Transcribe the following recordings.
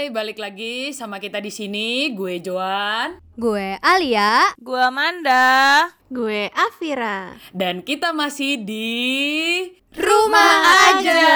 balik lagi sama kita di sini. Gue Joan, gue Alia, gue Amanda, gue Afira. dan kita masih di Rumah Aja.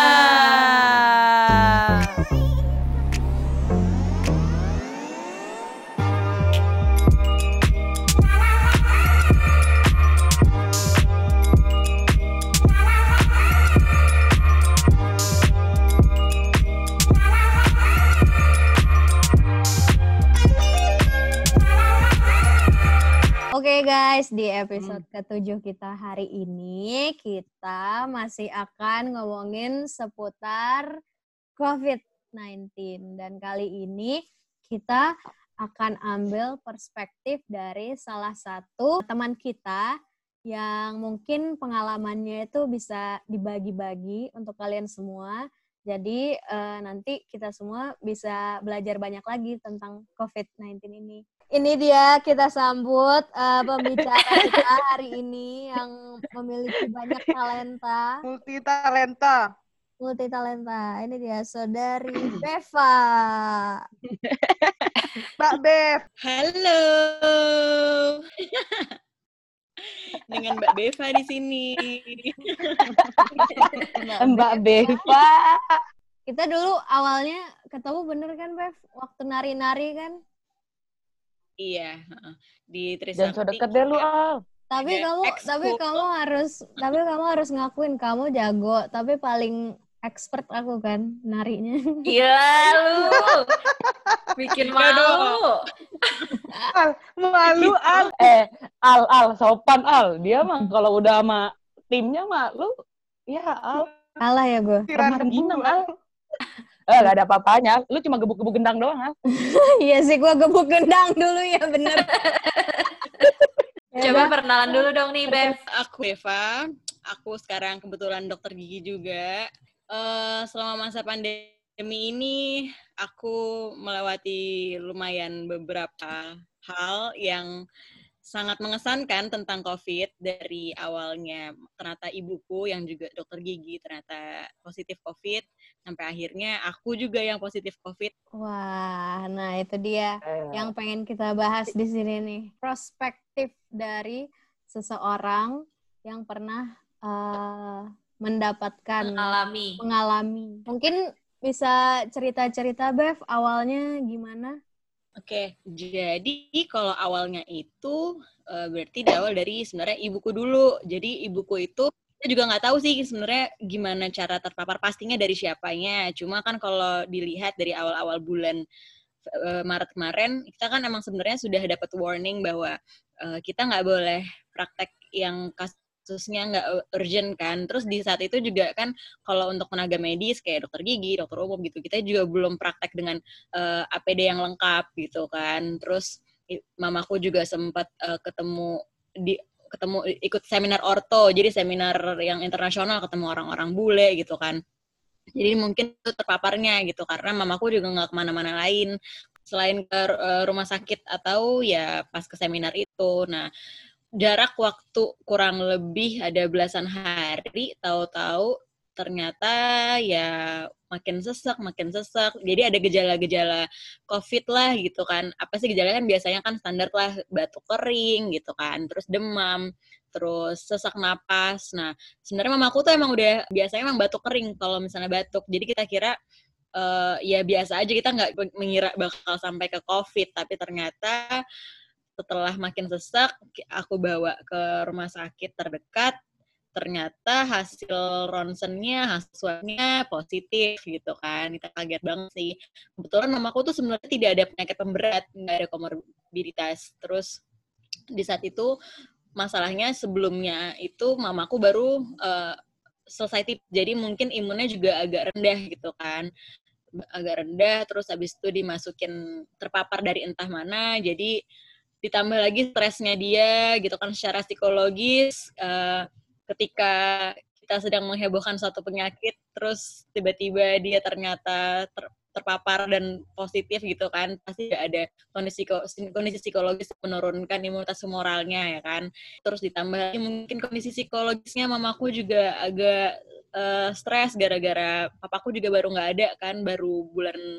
Oke guys, di episode ke-7 kita hari ini, kita masih akan ngomongin seputar COVID-19. Dan kali ini kita akan ambil perspektif dari salah satu teman kita yang mungkin pengalamannya itu bisa dibagi-bagi untuk kalian semua. Jadi nanti kita semua bisa belajar banyak lagi tentang COVID-19 ini. Ini dia kita sambut pembicara kita hari ini yang memiliki banyak talenta. Multi talenta. Ini dia saudari Beva. Mbak Bev. Halo. Dengan Mbak Beva di sini. Mbak Beva. Kita dulu awalnya ketemu bener kan, Bev? Waktu nari-nari kan? Iya, di Jangan so Trisakti. deket deh lu, Al. Tapi kamu harus ngakuin kamu jago, tapi paling expert aku kan narinya. Iya lu. Bikin malu. Al, malu, Al. Al, sopan, Al. Dia mah kalau udah sama timnya mah lu, ya, Al. Kalah ya gue. Rengginang, Al. Gak ada apa-apanya. Lu cuma gebuk-gebuk gendang doang, Al. Iya sih, gue gebuk gendang dulu ya, bener. Coba perkenalan dulu dong nih, Bev. Aku Beva. Aku sekarang kebetulan dokter gigi juga. Selama masa pandemi ini, aku melewati lumayan beberapa hal yang sangat mengesankan tentang COVID. Dari awalnya ternyata ibuku yang juga dokter gigi ternyata positif COVID, sampai akhirnya aku juga yang positif COVID. Wah, nah itu dia yang pengen kita bahas di sini nih. Perspektif dari seseorang yang pernah mendapatkan mengalami. Mungkin bisa cerita-cerita, Bev, awalnya gimana? Oke, jadi kalau awalnya itu berarti berawal dari sebenarnya ibuku dulu. Jadi ibuku itu kita juga nggak tahu sih sebenarnya gimana cara terpapar pastinya dari siapanya. Cuma kan kalau dilihat dari awal-awal bulan Maret kemarin, kita kan emang sebenarnya sudah dapat warning bahwa kita nggak boleh praktek yang kasusnya nggak urgent kan. Terus di saat itu juga kan kalau untuk tenaga medis kayak dokter gigi, dokter umum gitu, kita juga belum praktek dengan APD yang lengkap gitu kan. Terus mamaku juga sempat ketemu ikut seminar orto, jadi seminar yang internasional, ketemu orang-orang bule gitu kan. Jadi mungkin itu terpaparnya gitu, karena mamaku juga nggak kemana-mana lain selain ke rumah sakit atau ya pas ke seminar itu. Nah, jarak waktu kurang lebih ada belasan hari, tahu-tahu ternyata ya makin sesak. Jadi ada gejala-gejala COVID lah gitu kan. Apa sih gejalanya kan biasanya kan standar lah, batuk kering gitu kan, terus demam, terus sesak napas. Nah, sebenarnya mamaku tuh emang udah biasanya emang batuk kering kalau misalnya batuk. Jadi kita kira ya biasa aja, kita nggak mengira bakal sampai ke COVID, tapi ternyata setelah makin sesak, aku bawa ke rumah sakit terdekat, ternyata hasil ronsennya, hasil swabnya positif gitu kan. Kita kaget banget sih. Kebetulan mamaku tuh sebenarnya tidak ada penyakit pemberat, nggak ada komorbiditas. Terus di saat itu masalahnya sebelumnya itu mamaku baru selesai TB, jadi mungkin imunnya juga agak rendah gitu kan. Agak rendah, terus habis itu dimasukin terpapar dari entah mana, jadi ditambah lagi stresnya dia gitu kan secara psikologis, ketika kita sedang menghebohkan suatu penyakit terus tiba-tiba dia ternyata terpapar dan positif gitu kan, pasti ada kondisi psikologis menurunkan imunitas moralnya ya kan. Terus ditambah lagi mungkin kondisi psikologisnya mamaku juga agak stres gara-gara papaku juga baru nggak ada kan, baru bulan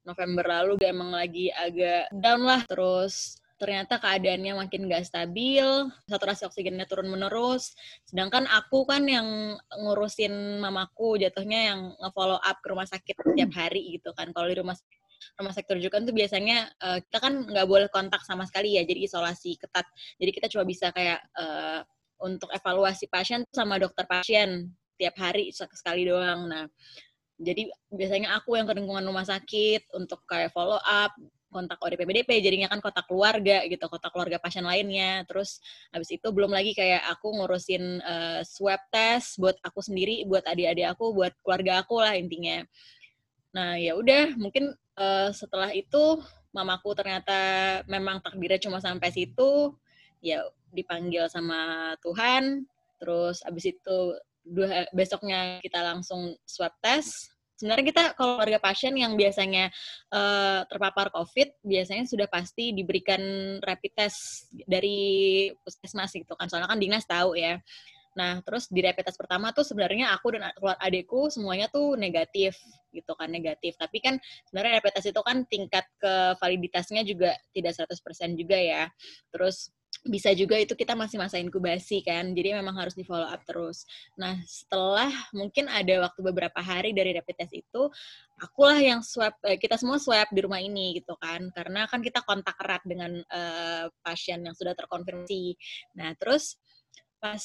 November lalu emang lagi agak down lah, terus ternyata keadaannya makin gak stabil, saturasi oksigennya turun menerus, sedangkan aku kan yang ngurusin mamaku, jatuhnya yang nge-follow up ke rumah sakit setiap hari gitu kan. Kalau di rumah sakit rujukan tuh biasanya kita kan nggak boleh kontak sama sekali ya, jadi isolasi ketat. Jadi kita cuma bisa kayak untuk evaluasi pasien sama dokter pasien tiap hari sekali doang. Nah, jadi biasanya aku yang ke lingkungan rumah sakit untuk kayak follow up, kontak ODP PDP, jadinya kan kontak keluarga gitu, kontak keluarga pasien lainnya. Terus habis itu belum lagi kayak aku ngurusin swab test buat aku sendiri, buat adik-adik aku, buat keluarga aku lah intinya. Nah, ya udah, mungkin setelah itu mamaku ternyata memang takdirnya cuma sampai situ, ya dipanggil sama Tuhan. Terus abis itu besoknya kita langsung swab test. Sebenarnya kita kalau keluarga pasien yang biasanya terpapar COVID, biasanya sudah pasti diberikan rapid test dari puskesmas gitu kan. Soalnya kan dinas tahu ya. Nah, terus di rapid test pertama tuh sebenarnya aku dan adikku semuanya tuh negatif gitu kan, negatif. Tapi kan sebenarnya rapid test itu kan tingkat kevaliditasnya juga tidak 100% juga ya. Terus bisa juga itu kita masih masa inkubasi kan, jadi memang harus di follow up terus. Nah, setelah mungkin ada waktu beberapa hari dari rapid test itu, akulah yang swab, kita semua swab di rumah ini gitu kan, karena kan kita kontak erat dengan pasien yang sudah terkonfirmasi. Nah, terus pas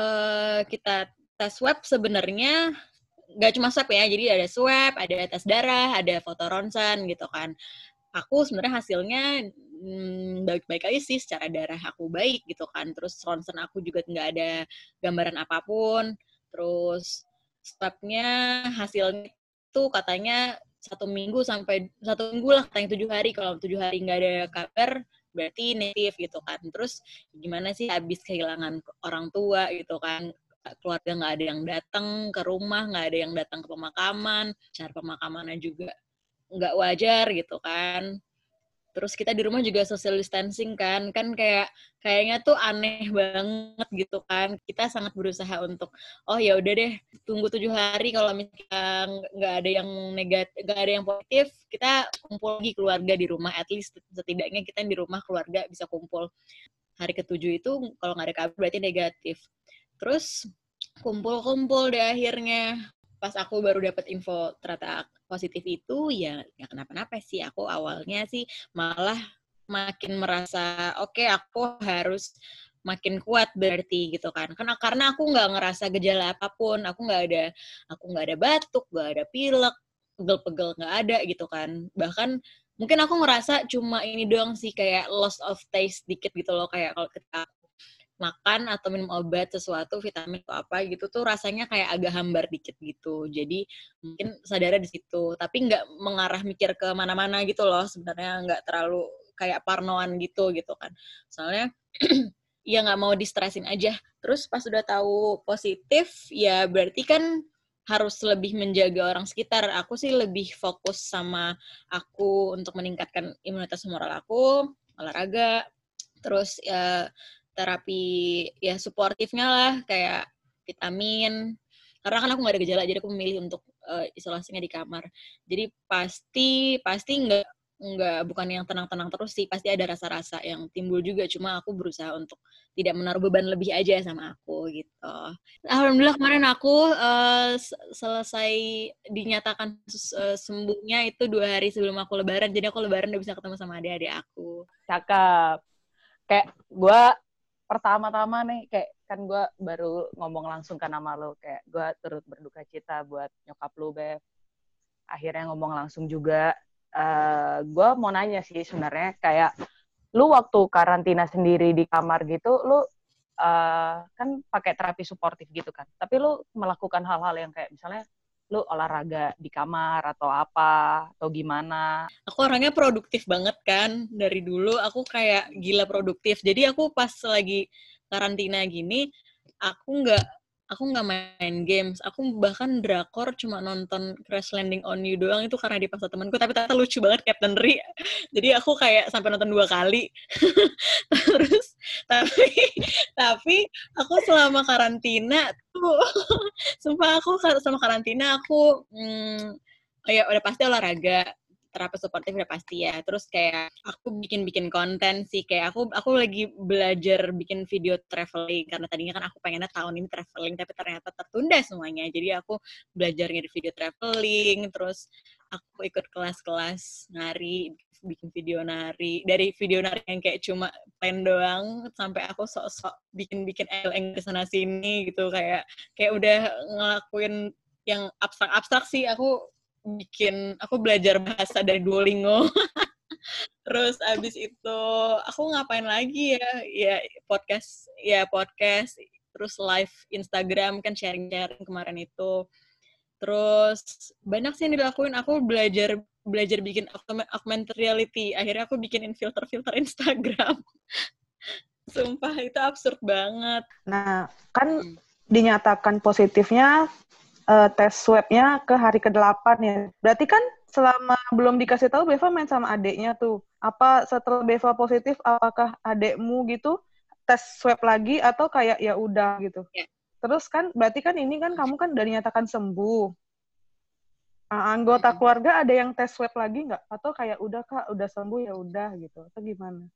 kita tes swab sebenarnya nggak cuma swab ya, jadi ada swab, ada tes darah, ada foto ronsen gitu kan. Aku sebenarnya hasilnya baik-baik aja sih, secara darah aku baik gitu kan. Terus ronsen aku juga nggak ada gambaran apapun. Terus swabnya hasilnya tuh katanya 1 minggu lah, katanya 7 hari. Kalau 7 hari nggak ada kabar, berarti negatif gitu kan. Terus gimana sih, habis kehilangan orang tua gitu kan, keluarga nggak ada yang datang ke rumah, nggak ada yang datang ke pemakaman, cara pemakamannya juga nggak wajar gitu kan. Terus kita di rumah juga social distancing kan kayaknya tuh aneh banget gitu kan. Kita sangat berusaha untuk ya udah deh, tunggu 7 hari, kalau misalnya nggak ada yang negatif, nggak ada yang positif, kita kumpul lagi keluarga di rumah, at least setidaknya kita di rumah keluarga bisa kumpul. Hari ke-7 itu kalau nggak ada kabar berarti negatif. Terus kumpul-kumpul deh akhirnya. Pas aku baru dapat info ternyata positif itu, ya kenapa-napa sih. Aku awalnya sih malah makin merasa oke, aku harus makin kuat berarti gitu kan. Karena aku nggak ngerasa gejala apapun, aku nggak ada batuk, nggak ada pilek, pegel-pegel nggak ada gitu kan. Bahkan mungkin aku ngerasa cuma ini doang sih, kayak loss of taste dikit gitu loh, kayak kalau kita makan atau minum obat sesuatu, vitamin atau apa gitu tuh rasanya kayak agak hambar dikit gitu. Jadi mungkin sadarnya di situ, tapi nggak mengarah mikir ke mana-mana gitu loh. Sebenarnya nggak terlalu kayak parnoan gitu kan. Soalnya ya nggak mau distresin aja. Terus pas udah tahu positif, ya berarti kan harus lebih menjaga orang sekitar. Aku sih lebih fokus sama aku untuk meningkatkan imunitas moral aku, olahraga, terus terapi ya suportifnya lah, kayak vitamin. Karena kan aku nggak ada gejala, jadi aku memilih untuk isolasinya di kamar. Jadi pasti bukan yang tenang-tenang terus sih, pasti ada rasa-rasa yang timbul juga. Cuma aku berusaha untuk tidak menaruh beban lebih aja sama aku gitu. Alhamdulillah kemarin aku selesai dinyatakan sembuhnya itu 2 hari sebelum aku lebaran. Jadi aku lebaran udah bisa ketemu sama adik-adik aku. Cakep. Kayak gue pertama-tama nih, kayak kan gue baru ngomong langsung ke nama lo, kayak gue turut berduka cita buat nyokap lo, Bev. Akhirnya ngomong langsung juga. Gue mau nanya sih sebenarnya, kayak lu waktu karantina sendiri di kamar gitu, lu kan pakai terapi suportif gitu kan, tapi lu melakukan hal-hal yang kayak misalnya lu olahraga di kamar atau apa, atau gimana? Aku orangnya produktif banget kan, dari dulu aku kayak gila produktif. Jadi aku pas lagi karantina gini, aku nggak main games. Aku bahkan drakor cuma nonton Crash Landing on You doang, itu karena dipaksa temanku. Tapi ternyata lucu banget Captain Ri. Jadi aku kayak sampai nonton 2 kali. Terus tapi aku selama karantina tuh, sumpah aku selama karantina aku ya udah pasti olahraga. terapi suportif udah pasti ya. Terus kayak aku bikin konten sih, kayak aku lagi belajar bikin video traveling karena tadinya kan aku pengennya tahun ini traveling tapi ternyata tertunda semuanya. Jadi aku belajar ngedit video traveling, terus aku ikut kelas-kelas nari, bikin video nari. Dari video nari yang kayak cuma plain doang sampai aku sok-sok bikin angle sana sini gitu, kayak udah ngelakuin yang abstrak sih. Aku belajar bahasa dari Duolingo. Terus abis itu aku ngapain lagi ya? Podcast, terus live Instagram kan sharing-sharing kemarin itu. Terus banyak sih yang dilakuin. Aku belajar bikin augmented reality. Akhirnya aku bikinin filter Instagram. Sumpah itu absurd banget. Nah, kan dinyatakan positifnya tes swab-nya ke hari ke-8 ya. Berarti kan selama belum dikasih tahu Beva main sama adeknya tuh. Apa setelah Beva positif, apakah adekmu gitu tes swab lagi atau kayak ya udah gitu? Ya. Terus kan berarti kan ini kan kamu kan udah dinyatakan sembuh. Anggota keluarga ada yang tes swab lagi nggak? Atau kayak udah Kak, udah sembuh ya udah gitu. Atau gimana?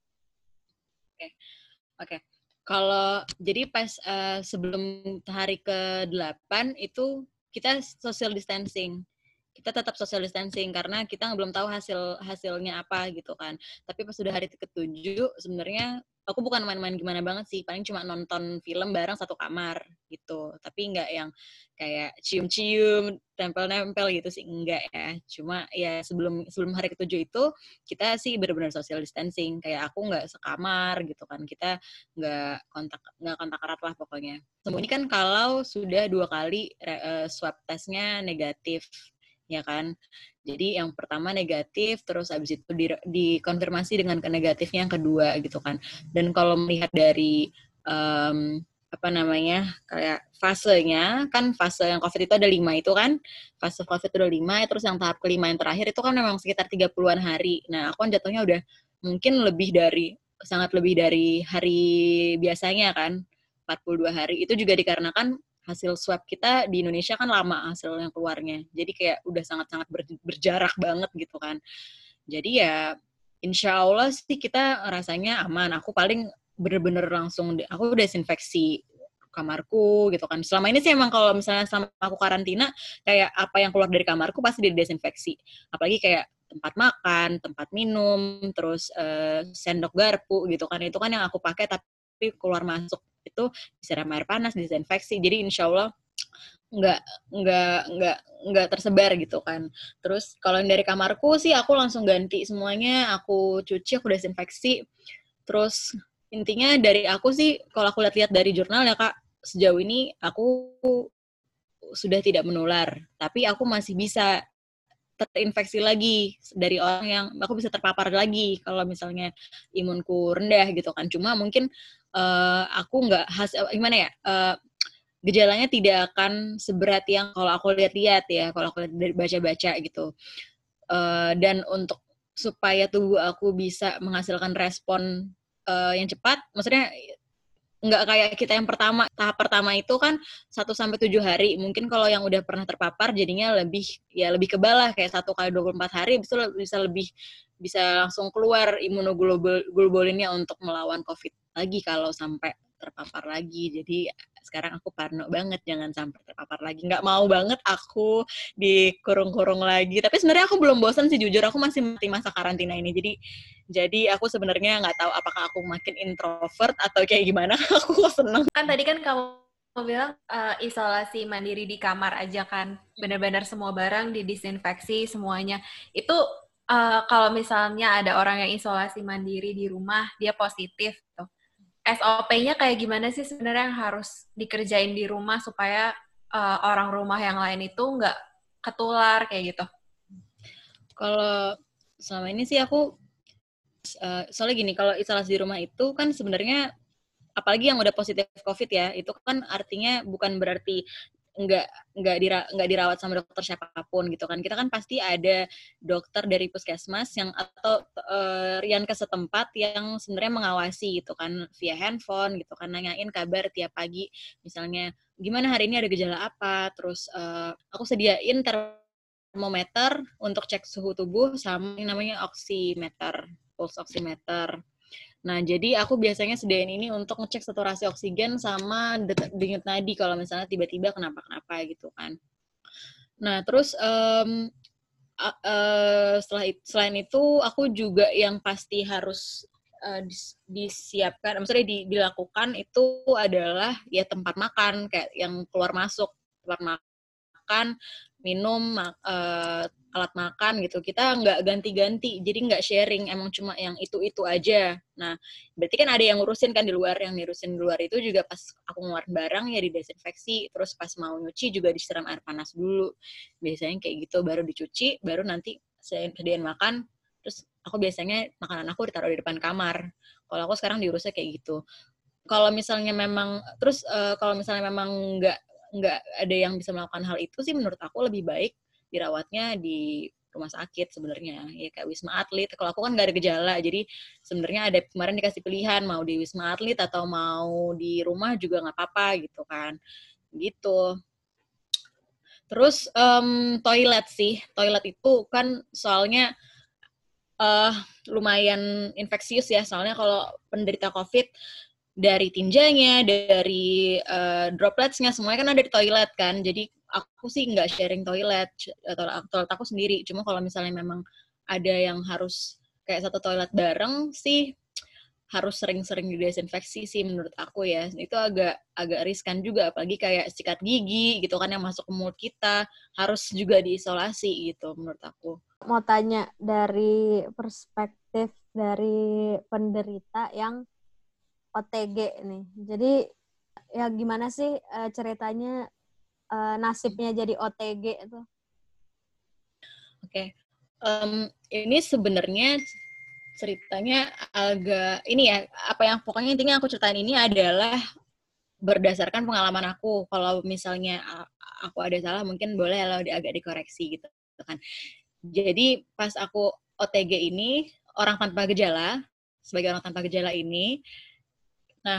Oke. Kalau jadi pas sebelum hari ke-8 itu kita social distancing. Kita tetap social distancing karena kita belum tahu hasilnya apa gitu kan. Tapi pas sudah hari ke-7 sebenarnya aku bukan main-main gimana banget sih, paling cuma nonton film bareng satu kamar gitu. Tapi nggak yang kayak cium-cium, tempel-nempel gitu sih, enggak ya. Cuma ya sebelum hari ke-7 itu kita sih benar-benar social distancing. Kayak aku nggak sekamar gitu kan. Kita nggak kontak erat lah pokoknya. Semua ini kan kalau sudah 2 kali swab testnya negatif, ya kan. Jadi yang pertama negatif, terus abis itu dikonfirmasi dengan negatifnya yang kedua gitu kan. Dan kalau melihat dari kayak fasenya, kan fase yang COVID itu ada 5 itu kan, fase COVID itu ada 5, terus yang tahap ke-5 yang terakhir itu kan memang sekitar 30-an hari. Nah, aku kan jatuhnya udah mungkin sangat lebih dari hari biasanya kan, 42 hari. Itu juga dikarenakan hasil swab kita di Indonesia kan lama hasil yang keluarnya. Jadi kayak udah sangat-sangat berjarak banget gitu kan. Jadi ya insya Allah sih kita rasanya aman. Aku paling bener-bener langsung, aku desinfeksi kamarku gitu kan. Selama ini sih emang kalau misalnya selama aku karantina, kayak apa yang keluar dari kamarku pasti didesinfeksi. Apalagi kayak tempat makan, tempat minum, terus sendok garpu gitu kan. Itu kan yang aku pakai tapi keluar masuk itu disiram air panas, disinfeksi. Jadi insya Allah nggak tersebar gitu kan. Terus kalau dari kamarku sih aku langsung ganti semuanya, aku cuci, aku desinfeksi. Terus intinya dari aku sih, kalau aku lihat-lihat dari jurnal ya Kak, sejauh ini aku sudah tidak menular, tapi aku masih bisa terinfeksi lagi dari orang yang aku bisa terpapar lagi kalau misalnya imunku rendah gitu kan. Cuma mungkin aku nggak gejalanya tidak akan seberat yang kalau aku lihat-lihat ya, kalau aku baca-baca gitu. Dan untuk supaya tubuh aku bisa menghasilkan respon yang cepat, maksudnya nggak kayak kita yang tahap pertama itu kan 1-7 hari. Mungkin kalau yang udah pernah terpapar jadinya lebih kebal lah, kayak 1 kali 24 hari bisa langsung keluar imunoglobulinnya untuk melawan COVID lagi kalau sampai terpapar lagi. Jadi sekarang aku parno banget jangan sampai terpapar lagi. Nggak mau banget aku dikurung-kurung lagi. Tapi sebenarnya aku belum bosan sih, jujur. Aku masih di masa karantina ini. Jadi aku sebenarnya nggak tahu apakah aku makin introvert atau kayak gimana. Aku seneng. Kan tadi kan kamu bilang isolasi mandiri di kamar aja kan. Benar-benar semua barang didisinfeksi semuanya. Itu kalau misalnya ada orang yang isolasi mandiri di rumah, dia positif tuh. SOP-nya kayak gimana sih sebenarnya yang harus dikerjain di rumah supaya orang rumah yang lain itu nggak ketular kayak gitu? Kalau selama ini sih aku soalnya gini, kalau isolasi di rumah itu kan sebenarnya apalagi yang udah positif COVID ya, itu kan artinya bukan berarti nggak dirawat sama dokter siapapun gitu kan. Kita kan pasti ada dokter dari puskesmas atau Riankes setempat yang sebenarnya mengawasi gitu kan via handphone gitu kan, nanyain kabar tiap pagi, misalnya gimana hari ini ada gejala apa, terus aku sediain termometer untuk cek suhu tubuh sama yang namanya oximeter, pulse oximeter. Nah, jadi aku biasanya sediain ini untuk ngecek saturasi oksigen sama denyut nadi kalau misalnya tiba-tiba kenapa-kenapa gitu kan. Nah, terus selain itu aku juga yang pasti harus disiapkan, maksudnya dilakukan itu adalah ya tempat makan, kayak yang keluar masuk, tempat makan, minum, alat makan gitu. Kita nggak ganti-ganti, jadi nggak sharing, emang cuma yang itu-itu aja. Nah, berarti kan ada yang ngurusin kan di luar, yang ngurusin di luar itu juga pas aku ngeluarin barang ya didesinfeksi, terus pas mau nyuci juga disiram air panas dulu. Biasanya kayak gitu, baru dicuci, baru nanti sediain makan, terus aku biasanya makanan aku ditaruh di depan kamar. Kalau aku sekarang diurusnya kayak gitu. Kalau misalnya memang, terus kalau misalnya memang nggak ada yang bisa melakukan hal itu sih, menurut aku lebih baik dirawatnya di rumah sakit sebenarnya, ya kayak Wisma Atlet. Kalau aku kan nggak ada gejala, jadi sebenarnya ada kemarin dikasih pilihan mau di Wisma Atlet atau mau di rumah juga nggak apa-apa gitu kan, gitu. Terus toilet itu kan soalnya lumayan infeksius ya, soalnya kalau penderita COVID dari tinjanya, dari dropletsnya, semuanya kan ada di toilet kan. Jadi aku sih nggak sharing toilet, toilet aku sendiri. Cuma kalau misalnya memang ada yang harus kayak satu toilet bareng sih, harus sering-sering didesinfeksi sih menurut aku ya. Itu agak riskan juga, apalagi kayak sikat gigi gitu kan yang masuk ke mulut kita, harus juga diisolasi gitu menurut aku. Mau tanya dari perspektif dari penderita yang OTG nih. Jadi ya gimana sih ceritanya nasibnya jadi OTG itu? Oke. Ini sebenarnya ceritanya agak ini ya, apa yang pokoknya intinya aku ceritain ini adalah berdasarkan pengalaman aku. Kalau misalnya aku ada salah mungkin boleh lo agak dikoreksi gitu kan. Jadi pas aku OTG ini orang tanpa gejala, sebagai orang tanpa gejala ini, nah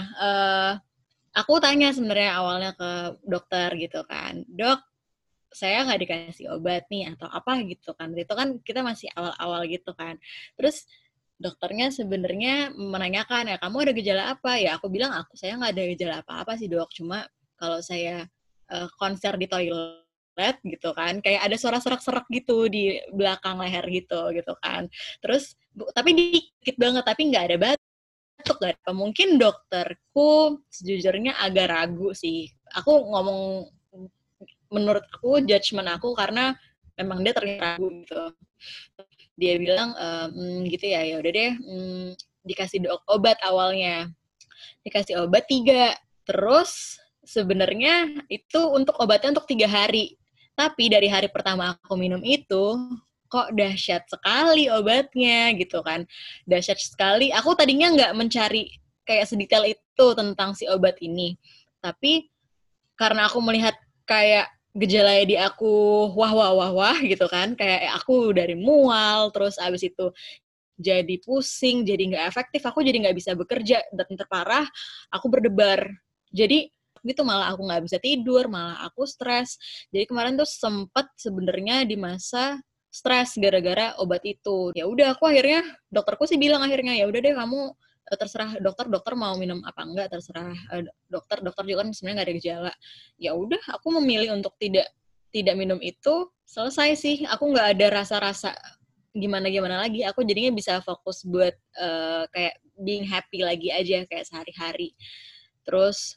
aku tanya sebenarnya awalnya ke dokter gitu kan, dok, saya nggak dikasih obat nih atau apa gitu kan. Itu kan kita masih awal-awal gitu kan. Terus dokternya sebenarnya menanyakan, ya kamu ada gejala apa? Ya aku bilang saya nggak ada gejala apa-apa sih dok. Cuma kalau saya konser di toilet gitu kan, kayak ada suara serak-serak gitu di belakang leher gitu kan. Terus tapi dikit banget, tapi nggak ada batuk, nggak ada. Mungkin dokterku sejujurnya agak ragu sih. Aku ngomong menurut aku, judgement aku, karena memang dia ternyata ragu gitu. Dia bilang gitu ya udah deh, dikasih obat awalnya, dikasih obat 3, terus sebenarnya itu untuk obatnya untuk 3 hari, tapi dari hari pertama aku minum itu kok dahsyat sekali obatnya gitu kan, dahsyat sekali. Aku tadinya nggak mencari kayak sedetail itu tentang si obat ini, tapi karena aku melihat kayak gejalanya di aku wah gitu kan, kayak aku dari mual, terus abis itu jadi pusing, jadi nggak efektif, aku jadi nggak bisa bekerja, dan terparah aku berdebar. Jadi gitu malah aku nggak bisa tidur, malah aku stres. Jadi kemarin tuh sempet sebenarnya di masa stres gara-gara obat itu. Ya udah aku akhirnya, dokterku sih bilang akhirnya ya udah deh kamu terserah dokter mau minum apa enggak, terserah dokter juga kan sebenarnya nggak ada gejala. Ya udah aku memilih untuk tidak minum itu, selesai sih. Aku nggak ada rasa-rasa gimana lagi, aku jadinya bisa fokus buat kayak being happy lagi aja kayak sehari-hari. Terus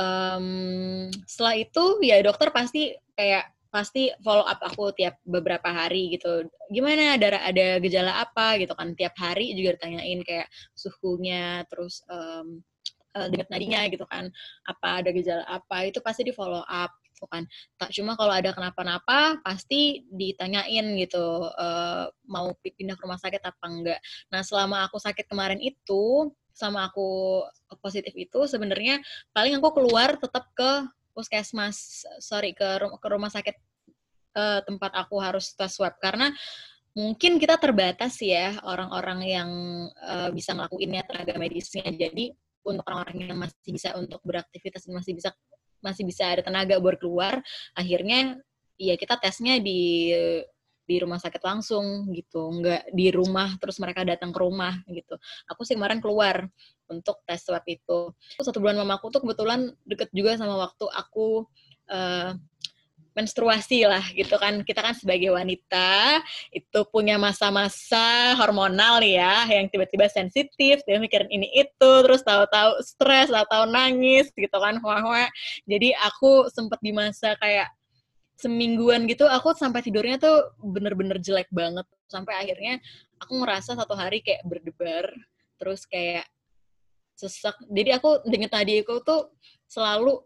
setelah itu ya dokter pasti follow up aku tiap beberapa hari gitu. Gimana, ada gejala apa gitu kan, tiap hari juga ditanyain kayak suhunya, terus denyut nadinya gitu kan, apa ada gejala apa, itu pasti di follow up gitu kan. Tak cuma kalau ada kenapa-napa pasti ditanyain gitu, mau pindah ke rumah sakit apa enggak. Nah selama aku sakit kemarin itu, sama aku positif itu, sebenarnya paling aku keluar tetap ke puskesmas, ke rumah sakit tempat aku harus tes swab, karena mungkin kita terbatas ya orang-orang yang bisa ngelakuinnya, tenaga medisnya. Jadi untuk orang-orang yang masih bisa untuk beraktivitas, masih bisa ada tenaga buat keluar, akhirnya ya kita tesnya di di rumah sakit langsung gitu, nggak di rumah terus mereka datang ke rumah gitu. Aku sih kemarin keluar untuk tes swab itu. 1 bulan mamaku tuh kebetulan deket juga sama waktu aku menstruasi lah gitu kan. Kita kan sebagai wanita itu punya masa-masa hormonal ya, yang tiba-tiba sensitif, dia mikirin ini itu, terus tahu-tahu stres, tahu-tahu nangis gitu kan, hoa-hoa. Jadi aku sempet di masa kayak semingguan gitu, aku sampai tidurnya tuh bener-bener jelek banget. Sampai akhirnya aku ngerasa 1 hari kayak berdebar, terus kayak sesak. Jadi aku dengan tadi aku tuh selalu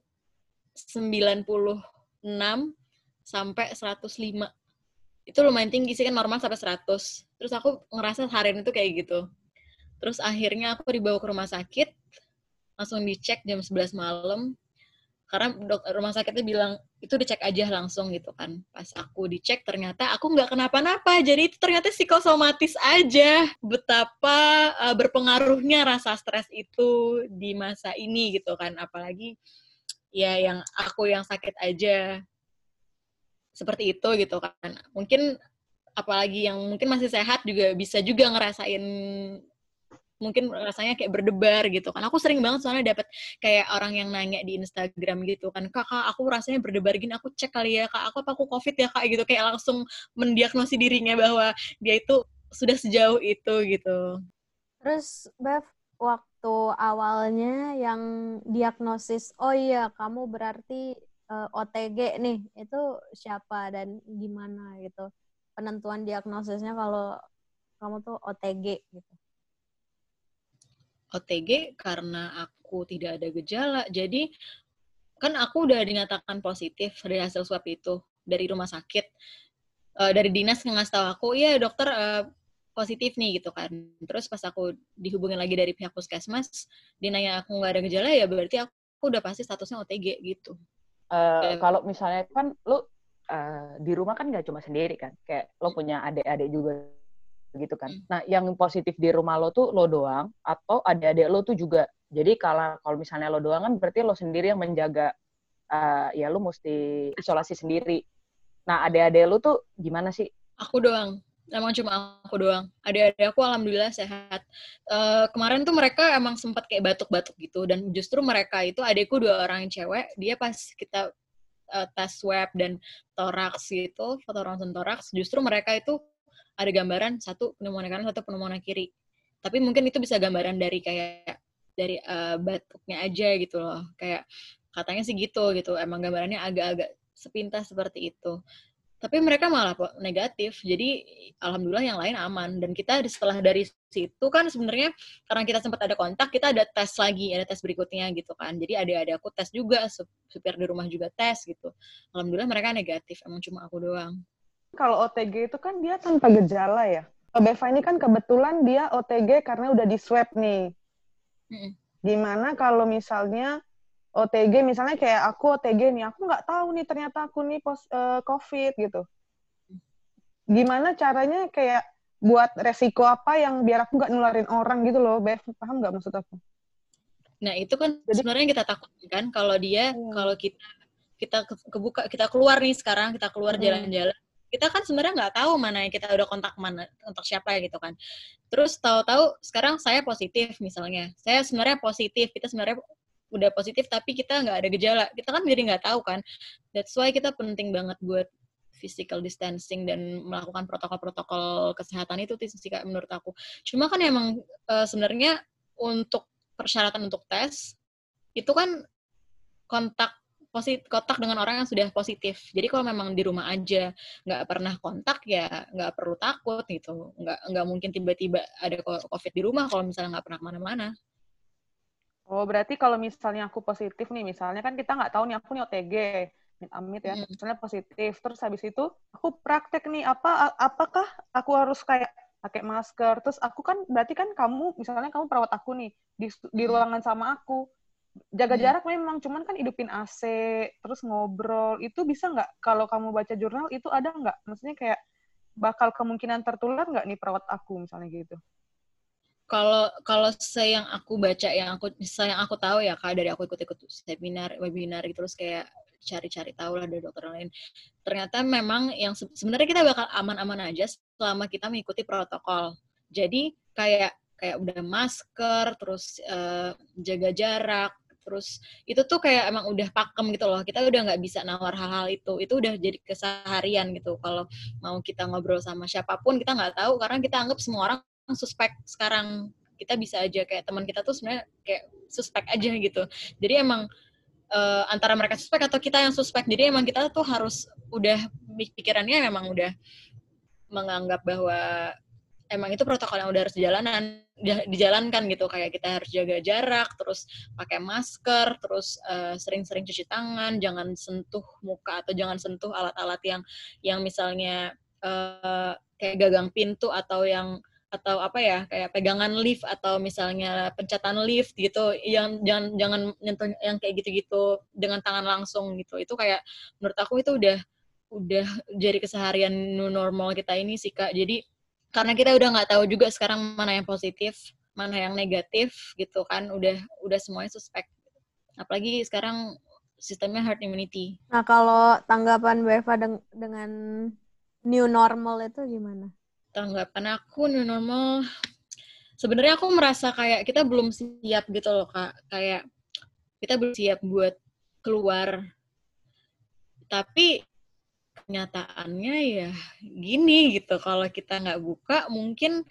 96 sampai 105. Itu lumayan tinggi sih, kan normal sampai 100. Terus aku ngerasa harian itu kayak gitu. Terus akhirnya aku dibawa ke rumah sakit, langsung dicek jam 11 malam. Karena rumah sakitnya bilang, itu dicek aja langsung gitu kan. Pas aku dicek, ternyata aku nggak kenapa-napa. Jadi itu ternyata psikosomatis aja. Betapa berpengaruhnya rasa stres itu di masa ini gitu kan. Apalagi ya yang aku yang sakit aja. Seperti itu gitu kan. Mungkin apalagi yang mungkin masih sehat juga bisa juga ngerasain, mungkin rasanya kayak berdebar gitu kan. Aku sering banget soalnya dapet kayak orang yang nanya di Instagram gitu kan, Kak, aku rasanya berdebar gini, aku cek kali ya Kak, aku COVID ya Kak, gitu. Kayak langsung mendiagnosis dirinya bahwa dia itu sudah sejauh itu gitu. Terus Bev, waktu awalnya yang diagnosis, oh iya kamu berarti OTG nih, itu siapa dan gimana gitu? Penentuan diagnosisnya kalau kamu tuh OTG gitu. OTG karena aku tidak ada gejala. Jadi kan aku udah dinyatakan positif dari hasil swab itu dari rumah sakit. Dari dinas ngasih tahu aku, iya dokter positif nih gitu kan. Terus pas aku dihubungin lagi dari pihak puskesmas, dia nanya aku nggak ada gejala, ya berarti aku udah pasti statusnya OTG gitu. Kalau misalnya kan lu di rumah kan nggak cuma sendiri kan, kayak lo punya adik-adik juga gitu kan. Nah, yang positif di rumah lo tuh lo doang atau adik-adik lo tuh juga. Jadi kalau misalnya lo doang kan berarti lo sendiri yang menjaga, ya lo mesti isolasi sendiri. Nah, adik-adik lo tuh gimana sih? Aku doang. Emang cuma aku doang. Adik-adik aku alhamdulillah sehat. Kemarin tuh mereka emang sempat kayak batuk-batuk gitu. Dan justru mereka itu, adikku 2 orang yang cewek, dia pas kita tes swab dan toraks gitu, foto ronsen toraks, justru mereka itu ada gambaran 1 pneumonia kanan, 1 pneumonia kiri. Tapi mungkin itu bisa gambaran dari kayak dari batuknya aja gitu loh. Kayak katanya sih gitu. Emang gambarannya agak-agak sepintas seperti itu. Tapi mereka malah negatif, jadi alhamdulillah yang lain aman. Dan kita setelah dari situ kan sebenarnya karena kita sempat ada kontak, kita ada tes lagi, ada tes berikutnya gitu kan. Jadi ada aku tes juga, supir di rumah juga tes gitu. Alhamdulillah mereka negatif, emang cuma aku doang. Kalau OTG itu kan dia tanpa gejala ya. Beva ini kan kebetulan dia OTG karena udah di swab nih. Gimana kalau misalnya OTG, misalnya kayak aku OTG nih, aku nggak tahu nih ternyata aku nih COVID gitu. Gimana caranya kayak buat resiko apa yang biar aku nggak nularin orang gitu loh, Bev, paham nggak maksud aku? Nah itu kan sebenarnya kita takutkan kalau dia, kalau kita keluar nih sekarang, kita keluar jalan-jalan, kita kan sebenarnya nggak tahu mana yang kita udah kontak siapa gitu kan. Terus tahu-tahu sekarang saya positif misalnya, saya sebenarnya positif, kita sebenarnya udah positif tapi kita nggak ada gejala, kita kan jadi nggak tahu kan. That's why kita penting banget buat physical distancing dan melakukan protokol-protokol kesehatan itu sih Kak, menurut aku. Cuma kan emang sebenarnya untuk persyaratan untuk tes itu kan kontak dengan orang yang sudah positif. Jadi kalau memang di rumah aja nggak pernah kontak ya nggak perlu takut gitu. Nggak mungkin tiba-tiba ada COVID di rumah kalau misalnya nggak pernah kemana-mana. Oh, berarti kalau misalnya aku positif nih, misalnya kan kita nggak tahu nih aku nih OTG, amit-amit ya, misalnya positif, terus habis itu aku praktek nih, apakah aku harus kayak pakai masker, terus aku kan, berarti kan kamu, misalnya kamu perawat aku nih, di ruangan sama aku, jaga jarak memang, cuman kan hidupin AC, terus ngobrol, itu bisa nggak? Kalau kamu baca jurnal, itu ada nggak? Maksudnya kayak, bakal kemungkinan tertular nggak nih perawat aku, misalnya gitu? Kalau yang aku baca, yang aku tahu ya Kak, dari aku ikut webinar gitu, terus kayak cari-cari tahu lah dari dokter lain. Ternyata memang yang sebenarnya kita bakal aman-aman aja selama kita mengikuti protokol. Jadi kayak udah masker, terus jaga jarak, terus itu tuh kayak emang udah pakem gitu loh. Kita udah nggak bisa nawar hal-hal itu udah jadi keseharian gitu. Kalau mau kita ngobrol sama siapapun kita nggak tahu karena kita anggap semua orang suspek sekarang. Kita bisa aja kayak teman kita tuh sebenarnya kayak suspek aja gitu. Jadi emang antara mereka suspek atau kita yang suspek. Jadi emang kita tuh harus udah pikirannya memang udah menganggap bahwa emang itu protokol yang udah harus dijalankan gitu. Kayak kita harus jaga jarak, terus pakai masker, terus sering-sering cuci tangan, jangan sentuh muka atau jangan sentuh alat-alat yang misalnya kayak gagang pintu atau apa ya, kayak pegangan lift atau misalnya pencatan lift gitu, yang jangan nyentuh yang kayak gitu-gitu dengan tangan langsung gitu. Itu kayak menurut aku itu udah jadi keseharian new normal kita ini sih Kak. Jadi karena kita udah nggak tahu juga sekarang mana yang positif, mana yang negatif gitu kan, udah semuanya suspek. Apalagi sekarang sistemnya herd immunity. Nah, kalau tanggapan Beva dengan new normal itu gimana? Tanggapan aku new normal, sebenarnya aku merasa kayak kita belum siap gitu loh Kak. Kayak kita belum siap buat keluar. Tapi kenyataannya ya gini gitu, kalau kita nggak buka mungkin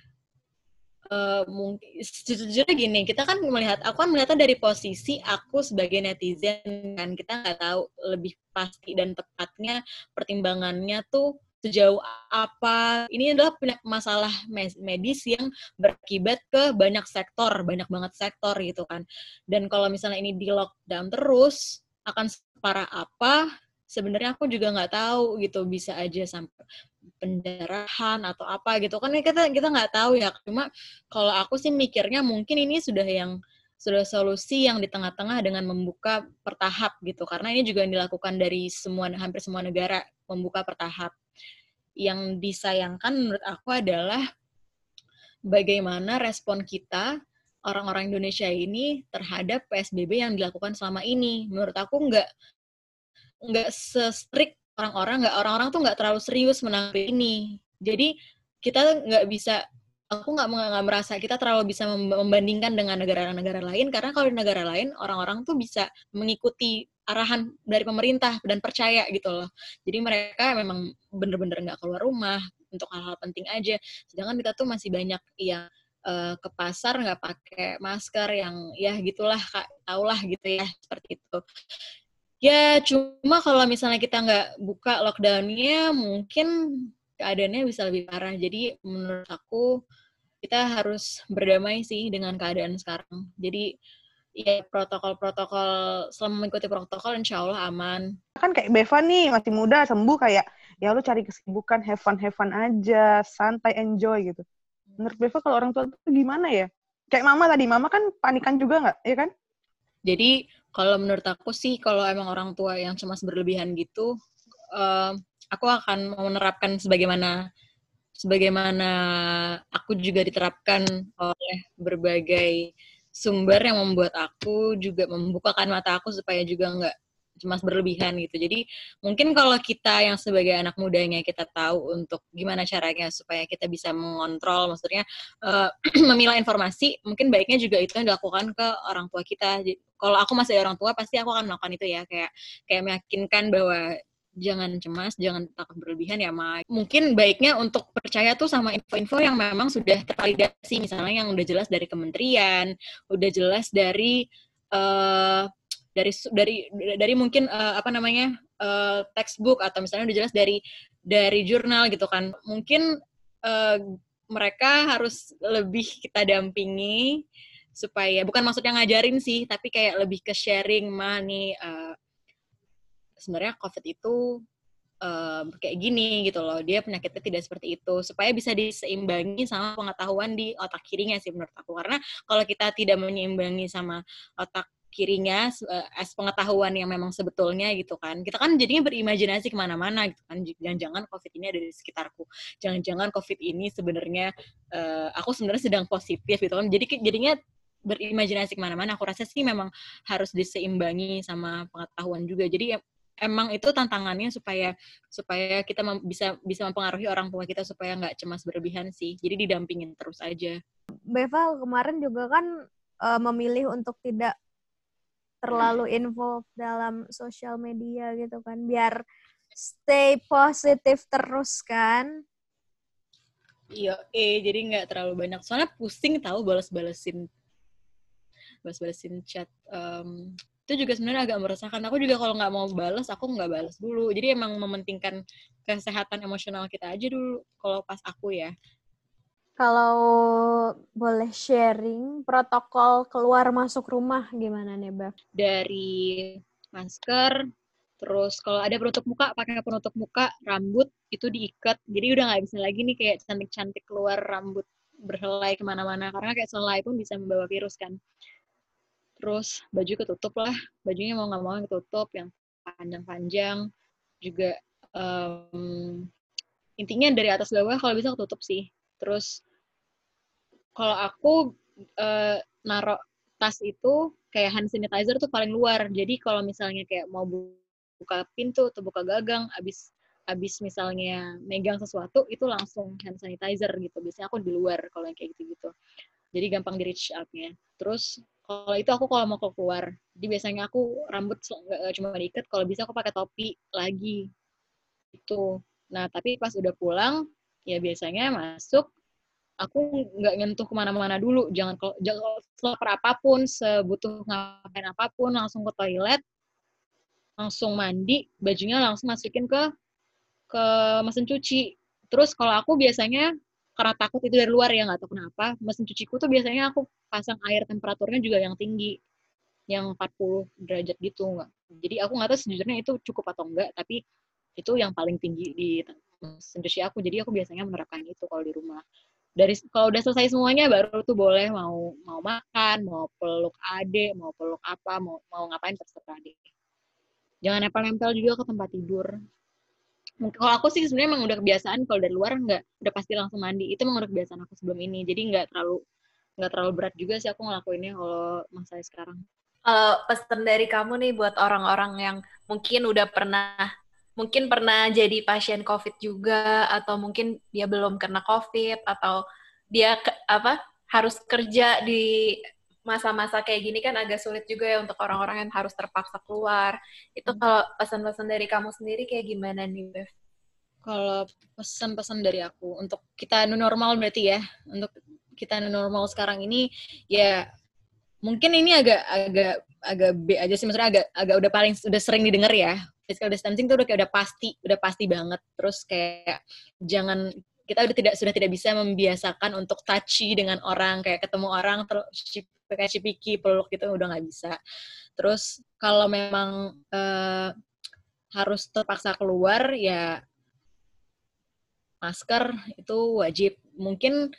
sejujurnya gini, aku kan melihatnya dari posisi aku sebagai netizen kan, kita nggak tahu lebih pasti dan tepatnya pertimbangannya tuh sejauh apa. Ini adalah masalah medis yang berakibat ke banyak banget sektor gitu kan. Dan kalau misalnya ini di lockdown terus akan separah apa, sebenarnya aku juga nggak tahu gitu, bisa aja sampai pendarahan atau apa gitu kan, kita nggak tahu ya. Cuma kalau aku sih mikirnya mungkin ini sudah solusi yang di tengah-tengah dengan membuka pertahap gitu, karena ini juga yang dilakukan dari hampir semua negara, membuka pertahap. Yang disayangkan menurut aku adalah bagaimana respon kita orang-orang Indonesia ini terhadap PSBB yang dilakukan selama ini. Menurut aku nggak se-strict orang-orang tuh nggak terlalu serius menanggapi ini. Jadi kita aku nggak merasa kita terlalu bisa membandingkan dengan negara-negara lain, karena kalau di negara lain orang-orang tuh bisa mengikuti arahan dari pemerintah dan percaya gitu loh. Jadi mereka memang bener-bener nggak keluar rumah untuk hal-hal penting aja. Sedangkan kita tuh masih banyak yang ke pasar nggak pakai masker, yang ya gitulah Kak, taulah gitu ya, seperti itu. Ya, cuma kalau misalnya kita nggak buka lockdown-nya, mungkin keadaannya bisa lebih parah. Jadi menurut aku, kita harus berdamai sih dengan keadaan sekarang. Jadi ya protokol-protokol, selama mengikuti protokol insya Allah aman. Kan kayak Beva nih, masih muda, sembuh, kayak ya lu cari kesibukan, have fun aja, santai, enjoy gitu. Menurut Beva kalau orang tua itu gimana ya? Kayak Mama tadi, Mama kan panikan juga nggak, ya kan? Jadi kalau menurut aku sih, kalau emang orang tua yang cemas berlebihan gitu, aku akan menerapkan sebagaimana aku juga diterapkan oleh berbagai sumber yang membuat aku juga membukakan mata aku supaya juga nggak cemas berlebihan gitu. Jadi mungkin kalau kita yang sebagai anak mudanya kita tahu untuk gimana caranya supaya kita bisa mengontrol, maksudnya memilah informasi, mungkin baiknya juga itu yang dilakukan ke orang tua kita. Jadi, kalau aku masih orang tua pasti aku akan melakukan itu ya, kayak meyakinkan bahwa jangan cemas, jangan takut berlebihan ya, Ma. Mungkin baiknya untuk percaya tuh sama info-info yang memang sudah tervalidasi, misalnya yang udah jelas dari kementerian, udah jelas dari mungkin textbook, atau misalnya udah jelas dari jurnal gitu kan. Mungkin mereka harus lebih kita dampingi supaya, bukan maksudnya ngajarin sih, tapi kayak lebih ke sharing, mah nih sebenarnya COVID itu kayak gini gitu loh, dia penyakitnya tidak seperti itu, supaya bisa diseimbangi sama pengetahuan di otak kirinya sih menurut aku. Karena kalau kita tidak menyeimbangi sama otak kirinya pengetahuan yang memang sebetulnya gitu kan, kita kan jadinya berimajinasi kemana-mana gitu kan, jangan-jangan COVID ini ada di sekitarku, jangan-jangan COVID ini sebenarnya aku sebenarnya sedang positif gitu kan, jadinya berimajinasi kemana-mana. Aku rasa sih memang harus diseimbangi sama pengetahuan juga. Jadi emang itu tantangannya supaya kita bisa mempengaruhi orang tua kita supaya nggak cemas berlebihan sih. Jadi didampingin terus aja. Beva kemarin juga kan memilih untuk tidak terlalu involved dalam sosial media gitu kan, biar stay positif terus kan. Iya, jadi nggak terlalu banyak. Soalnya pusing tahu balas-balasin chat. Itu juga sebenarnya agak meresahkan. Aku juga kalau nggak mau balas, aku nggak balas dulu. Jadi emang mementingkan kesehatan emosional kita aja dulu. Kalau pas aku ya. Kalau boleh sharing, protokol keluar masuk rumah gimana nih, Bev? Dari masker, terus kalau ada penutup muka, pakai penutup muka, rambut itu diikat. Jadi udah nggak bisa lagi nih kayak cantik-cantik keluar rambut berhelai kemana-mana. Karena kayak selai pun bisa membawa virus kan. Terus baju ketutup lah, bajunya mau nggak mau ketutup, yang panjang-panjang juga intinya dari atas bawah kalau bisa ketutup sih. Terus kalau aku naruh tas itu kayak hand sanitizer tuh paling luar. Jadi kalau misalnya kayak mau buka pintu atau buka gagang, abis misalnya megang sesuatu itu langsung hand sanitizer gitu. Biasanya aku di luar kalau yang kayak gitu-gitu. Jadi gampang di reach out-nya. Terus kalau itu aku kalau mau keluar, jadi biasanya aku rambut nggak cuma diikat, kalau bisa aku pakai topi lagi itu. Nah tapi pas udah pulang, ya biasanya masuk, aku nggak nyentuh kemana-mana dulu. Jangan selepar apapun, sebutuh ngapain apapun, langsung ke toilet, langsung mandi, bajunya langsung masukin ke mesin cuci. Terus kalau aku biasanya karena takut itu dari luar ya, nggak tahu kenapa, mesin cuciku tuh biasanya aku pasang air temperaturnya juga yang tinggi, yang 40 derajat gitu. Nggak. Jadi aku nggak tahu sejujurnya itu cukup atau enggak, tapi itu yang paling tinggi di mesin cuci aku. Jadi aku biasanya menerapkan itu kalau di rumah. Kalau udah selesai semuanya baru tuh boleh mau makan, mau peluk adik, mau peluk apa, mau ngapain terserah deh. Jangan nempel-nempel juga ke tempat tidur. Kalau aku sih sebenarnya emang udah kebiasaan, kalau dari luar udah pasti langsung mandi. Itu emang udah kebiasaan aku sebelum ini. Jadi nggak terlalu berat juga sih aku ngelakuinnya kalau masalah sekarang. Kalau pesan dari kamu nih buat orang-orang yang mungkin pernah jadi pasien COVID juga, atau mungkin dia belum kena COVID, atau dia harus kerja di masa-masa kayak gini kan agak sulit juga ya untuk orang-orang yang harus terpaksa keluar. Itu kalau pesan-pesan dari kamu sendiri kayak gimana nih, Bev? Kalau pesan-pesan dari aku, untuk kita new normal berarti ya, untuk kita new normal sekarang ini, ya mungkin ini agak B aja sih, maksudnya agak udah sering didengar ya. Physical distancing tuh udah pasti banget. Terus kayak kita sudah tidak bisa membiasakan untuk touchy dengan orang, kayak ketemu orang terus kayak cipiki, peluk gitu udah nggak bisa. Terus kalau memang harus terpaksa keluar ya masker itu wajib. Mungkin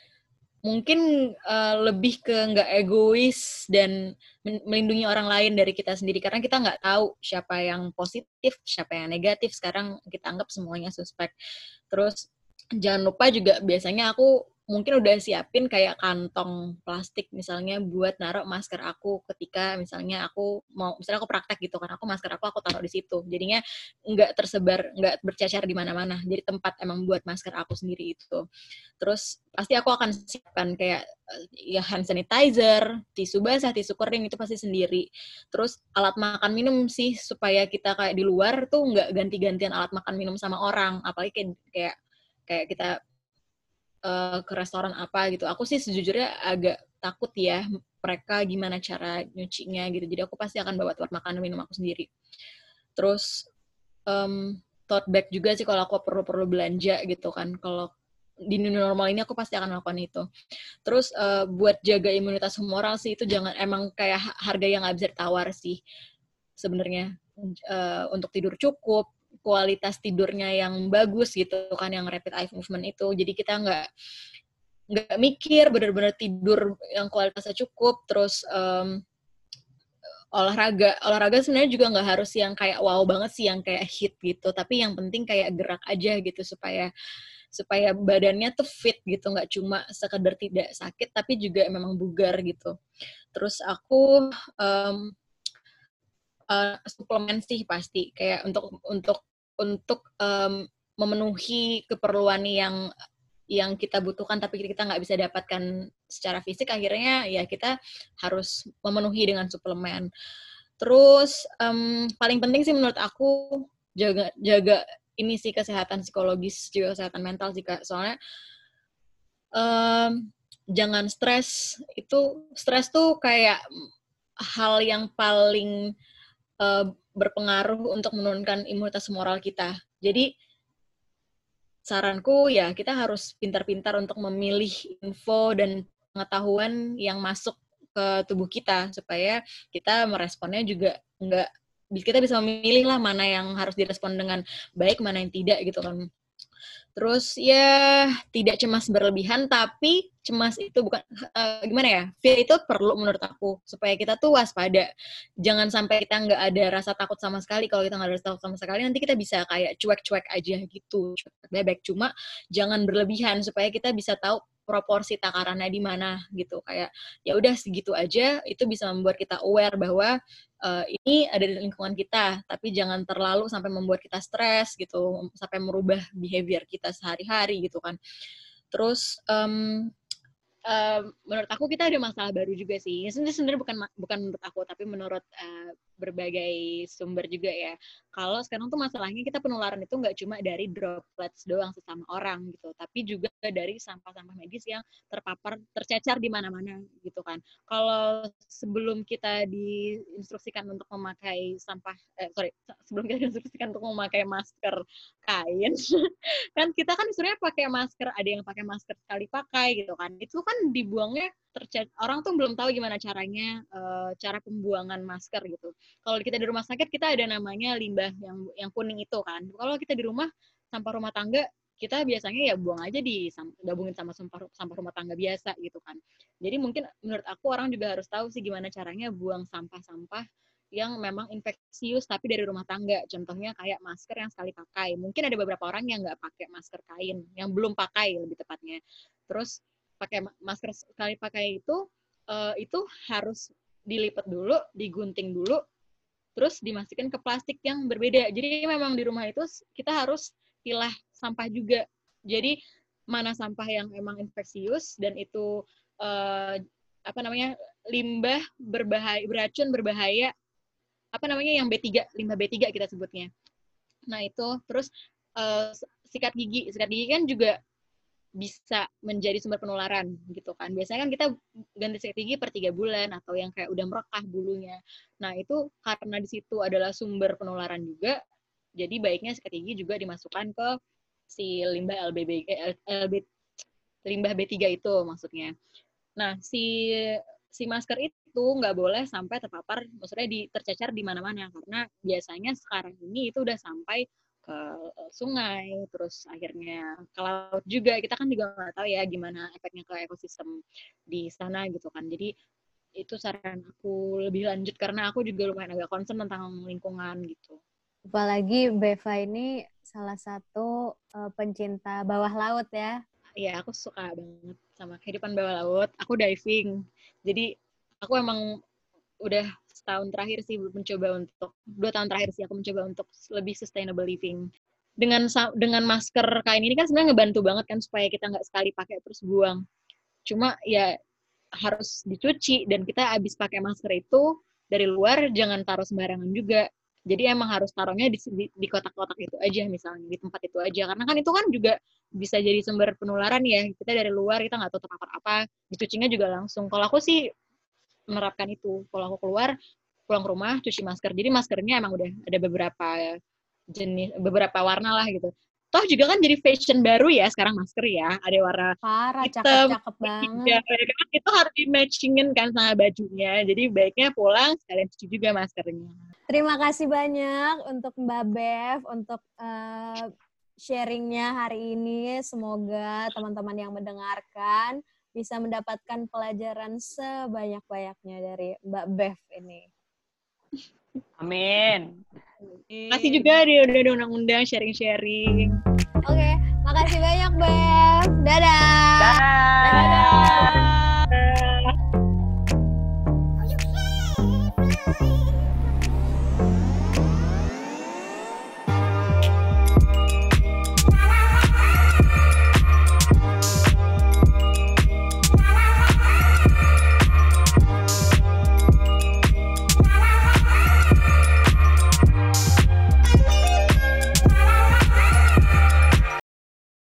lebih ke nggak egois dan melindungi orang lain dari kita sendiri, karena kita nggak tahu siapa yang positif, siapa yang negatif. Sekarang kita anggap semuanya suspek. Terus jangan lupa juga, biasanya aku mungkin udah siapin kayak kantong plastik misalnya buat naruh masker aku ketika misalnya aku praktek gitu kan, masker aku taruh di situ, jadinya nggak tersebar, nggak bercacar di mana-mana. Jadi tempat emang buat masker aku sendiri itu. Terus pasti aku akan siapkan kayak ya hand sanitizer, tisu basah, tisu kering itu pasti sendiri. Terus alat makan minum sih, supaya kita kayak di luar tuh nggak ganti-gantian alat makan minum sama orang, apalagi kayak kita ke restoran apa gitu. Aku sih sejujurnya agak takut ya mereka gimana cara nyucinya gitu. Jadi aku pasti akan bawa tempat makan minum aku sendiri. Terus tote bag juga sih kalau aku perlu belanja gitu kan. Kalau di new normal ini aku pasti akan melakukan itu. Terus buat jaga imunitas semua orang sih, itu jangan, emang kayak harga yang nggak bisa ditawar sih sebenarnya. Untuk tidur cukup, kualitas tidurnya yang bagus gitu kan, yang rapid eye movement itu. Jadi kita nggak mikir, benar-benar tidur yang kualitasnya cukup. Terus olahraga sebenarnya juga nggak harus yang kayak wow banget sih, yang kayak hit gitu, tapi yang penting kayak gerak aja gitu, supaya supaya badannya tuh fit gitu, nggak cuma sekedar tidak sakit tapi juga memang bugar gitu. Terus aku suplemen sih pasti, kayak untuk memenuhi keperluan yang kita butuhkan tapi kita nggak bisa dapatkan secara fisik, akhirnya ya kita harus memenuhi dengan suplemen. Terus paling penting sih menurut aku jaga ini sih, kesehatan psikologis juga kesehatan mental sih Kak. Soalnya jangan stres. Stres tuh kayak hal yang paling berpengaruh untuk menurunkan imunitas moral kita. Jadi saranku ya kita harus pintar-pintar untuk memilih info dan pengetahuan yang masuk ke tubuh kita supaya kita meresponnya juga kita bisa memilih lah mana yang harus direspon dengan baik, mana yang tidak gitu kan. Terus ya tidak cemas berlebihan, tapi cemas itu bukan gimana ya, fear itu perlu menurut aku supaya kita tuh waspada. Jangan sampai kita nggak ada rasa takut sama sekali. Kalau kita nggak ada rasa takut sama sekali, nanti kita bisa kayak cuek-cuek aja gitu, cuek bebek. Cuma jangan berlebihan supaya kita bisa tahu proporsi takarannya di mana gitu. Kayak ya udah segitu aja, itu bisa membuat kita aware bahwa ini ada di lingkungan kita, tapi jangan terlalu sampai membuat kita stres gitu, sampai merubah behavior kita sehari-hari gitu kan. Terus menurut aku kita ada masalah baru juga sih. Sebenarnya bukan menurut aku, tapi menurut berbagai sumber juga ya. Kalau sekarang tuh masalahnya kita penularan itu nggak cuma dari droplets doang sesama orang gitu, tapi juga dari sampah-sampah medis yang tercecar di mana-mana gitu kan. Kalau sebelum kita diinstruksikan untuk memakai sebelum kita diinstruksikan untuk memakai masker kain, kan kita kan sebenarnya pakai masker, ada yang pakai masker sekali pakai gitu kan, itu kan dibuangnya orang tuh belum tahu gimana caranya, cara pembuangan masker gitu. Kalau kita di rumah sakit kita ada namanya limbah yang kuning itu kan. Kalau kita di rumah, sampah rumah tangga kita biasanya ya buang aja gabungin sama sampah rumah tangga biasa gitu kan. Jadi mungkin menurut aku orang juga harus tahu sih gimana caranya buang sampah-sampah yang memang infeksius tapi dari rumah tangga. Contohnya kayak masker yang sekali pakai. Mungkin ada beberapa orang yang nggak pakai masker kain, yang belum pakai lebih tepatnya. Terus pakai masker sekali pakai itu harus dilipat dulu, digunting dulu, terus dimasukin ke plastik yang berbeda. Jadi memang di rumah itu kita harus pilah sampah juga. Jadi mana sampah yang emang infeksius dan itu limbah beracun berbahaya, yang B3, limbah B3 kita sebutnya. Nah itu, terus sikat gigi kan juga bisa menjadi sumber penularan gitu kan. Biasanya kan kita ganti sikat gigi per 3 bulan atau yang kayak udah merekah bulunya. Nah itu karena di situ adalah sumber penularan juga, jadi baiknya sikat gigi juga dimasukkan ke si limbah limbah B3 itu maksudnya. Nah si masker itu nggak boleh sampai terpapar, maksudnya tercecar di mana-mana, karena biasanya sekarang ini itu udah sampai ke sungai, terus akhirnya ke laut juga. Kita kan juga nggak tahu ya gimana efeknya ke ekosistem di sana gitu kan. Jadi itu saran aku lebih lanjut karena aku juga lumayan agak concern tentang lingkungan gitu. Apalagi Beva ini salah satu pencinta bawah laut ya. Iya, aku suka banget sama kehidupan bawah laut. Aku diving. Jadi aku emang udah 2 tahun terakhir sih aku mencoba untuk lebih sustainable living. Dengan masker kain ini kan sebenarnya ngebantu banget kan supaya kita nggak sekali pakai terus buang. Cuma ya harus dicuci, dan kita abis pakai masker itu dari luar jangan taruh sembarangan juga. Jadi emang harus taruhnya di kotak-kotak itu aja, misalnya di tempat itu aja, karena kan itu kan juga bisa jadi sumber penularan ya. Kita dari luar kita nggak tahu terpapar apa, dicucinya juga langsung. Kalau aku sih menerapkan itu. Kalau aku pulang ke rumah cuci masker. Jadi maskernya emang udah ada beberapa warna lah gitu. Toh juga kan jadi fashion baru ya sekarang masker ya. Ada warna Parah, hitam, cakep banget. itu harus di-matchingin kan sama bajunya. Jadi baiknya pulang sekalian cuci juga maskernya. Terima kasih banyak untuk Mbak Bev untuk sharingnya hari ini. Semoga teman-teman yang mendengarkan bisa mendapatkan pelajaran sebanyak-banyaknya dari Mbak Bev ini. Amin. Makasih juga dia udah undang-undang sharing-sharing. Oke, makasih banyak Bev. Dadah. Dah.